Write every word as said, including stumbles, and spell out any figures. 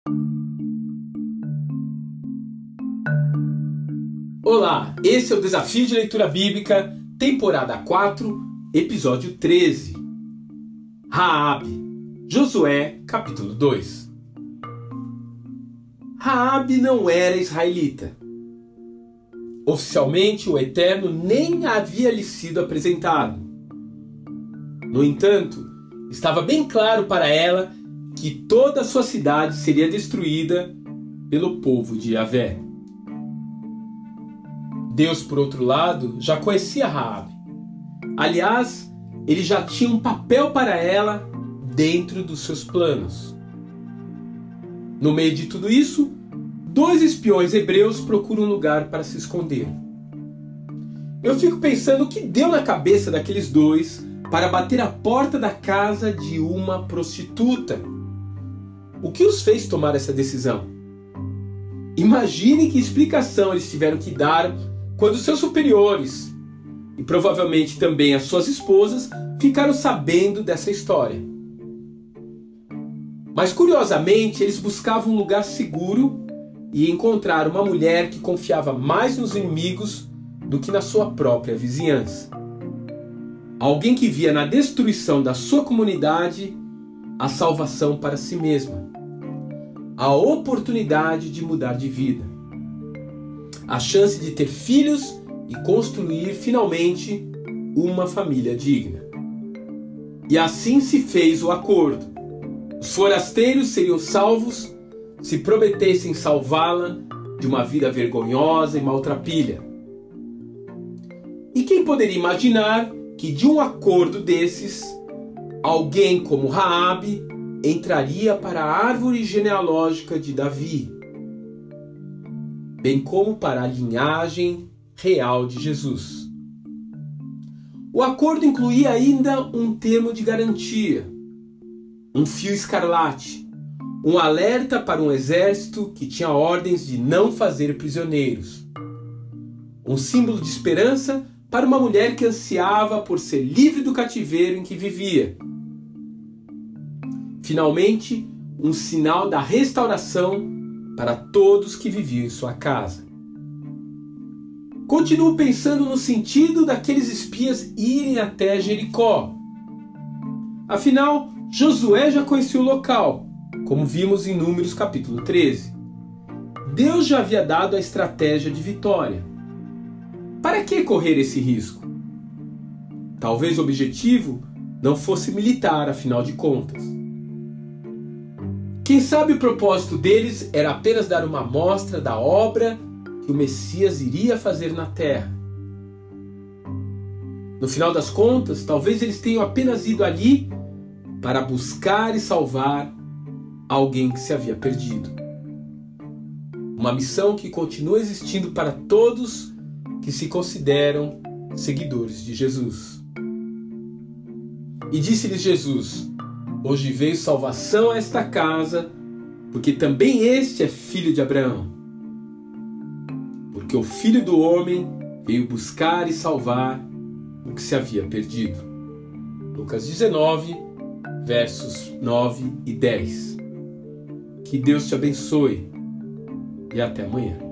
Olá, esse é o Desafio de Leitura Bíblica, temporada quatro, episódio treze. Raabe, Josué, capítulo dois. Raabe não era israelita. Oficialmente, o Eterno nem havia lhe sido apresentado. No entanto, estava bem claro para ela que toda a sua cidade seria destruída pelo povo de Yahvé. Deus, por outro lado, já conhecia Raabe. Aliás, ele já tinha um papel para ela dentro dos seus planos. No meio de tudo isso, dois espiões hebreus procuram um lugar para se esconder. Eu fico pensando o que deu na cabeça daqueles dois para bater a porta da casa de uma prostituta. O que os fez tomar essa decisão? Imagine que explicação eles tiveram que dar quando seus superiores, e provavelmente também as suas esposas, ficaram sabendo dessa história. Mas curiosamente, eles buscavam um lugar seguro e encontraram uma mulher que confiava mais nos inimigos do que na sua própria vizinhança. Alguém que via na destruição da sua comunidade a salvação para si mesma, a oportunidade de mudar de vida, a chance de ter filhos e construir finalmente uma família digna. E assim se fez o acordo. Os forasteiros seriam salvos se prometessem salvá-la de uma vida vergonhosa e maltrapilha. E quem poderia imaginar que de um acordo desses, alguém como Raabe entraria para a árvore genealógica de Davi, bem como para a linhagem real de Jesus. O acordo incluía ainda um termo de garantia, um fio escarlate, um alerta para um exército que tinha ordens de não fazer prisioneiros, um símbolo de esperança para uma mulher que ansiava por ser livre do cativeiro em que vivia. Finalmente, um sinal da restauração para todos que viviam em sua casa. Continuo pensando no sentido daqueles espias irem até Jericó. Afinal, Josué já conhecia o local, como vimos em Números capítulo treze. Deus já havia dado a estratégia de vitória. Para que correr esse risco? Talvez o objetivo não fosse militar, afinal de contas. Quem sabe o propósito deles era apenas dar uma amostra da obra que o Messias iria fazer na terra. No final das contas, talvez eles tenham apenas ido ali para buscar e salvar alguém que se havia perdido. Uma missão que continua existindo para todos que se consideram seguidores de Jesus. E disse-lhes Jesus: hoje veio salvação a esta casa, porque também este é filho de Abraão. Porque o Filho do Homem veio buscar e salvar o que se havia perdido. Lucas dezenove, versos nove e dez. Que Deus te abençoe e até amanhã.